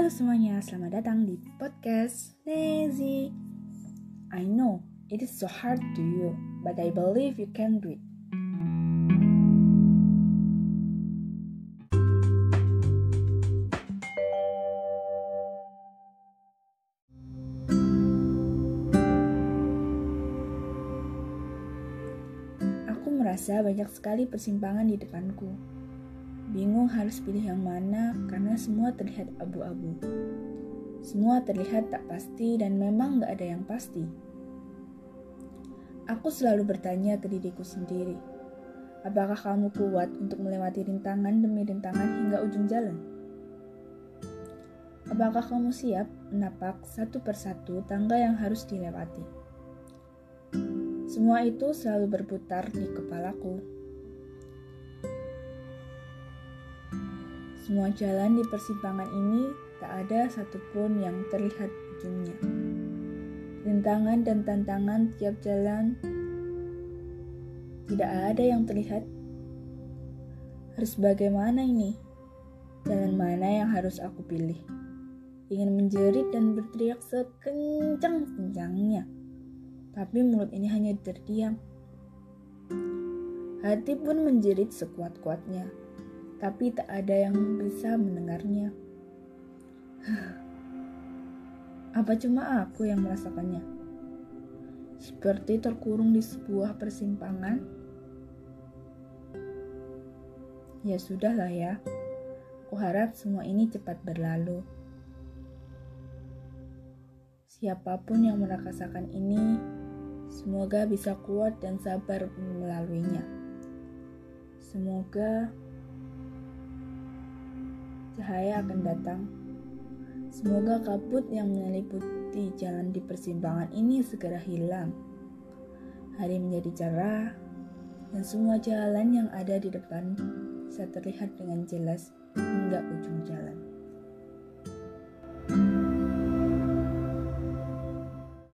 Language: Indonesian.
Halo semuanya, selamat datang di podcast Lazy. I know it is so hard to you, but I believe you can do it. Aku merasa banyak sekali persimpangan di depanku. Bingung harus pilih yang mana karena semua terlihat abu-abu. Semua terlihat tak pasti dan memang gak ada yang pasti. Aku selalu bertanya ke diriku sendiri, apakah kamu kuat untuk melewati rintangan demi rintangan hingga ujung jalan? Apakah kamu siap menapak satu persatu tangga yang harus dilewati? Semua itu selalu berputar di kepalaku. Semua jalan di persimpangan ini tak ada satupun yang terlihat ujungnya. Rintangan dan tantangan tiap jalan tidak ada yang terlihat. Harus bagaimana ini? Jalan mana yang harus aku pilih? Ingin menjerit dan berteriak sekencang-kencangnya, tapi mulut ini hanya terdiam. Hati pun menjerit sekuat-kuatnya, tapi tak ada yang bisa mendengarnya. Apa cuma aku yang merasakannya? Seperti terkurung di sebuah persimpangan? Ya sudahlah ya, aku harap semua ini cepat berlalu. Siapapun yang merasakan ini, semoga bisa kuat dan sabar melaluinya. Semoga cahaya akan datang. Semoga kabut yang menyelimuti jalan di persimpangan ini segera hilang. Hari menjadi cerah, dan semua jalan yang ada di depan bisa terlihat dengan jelas hingga ujung jalan.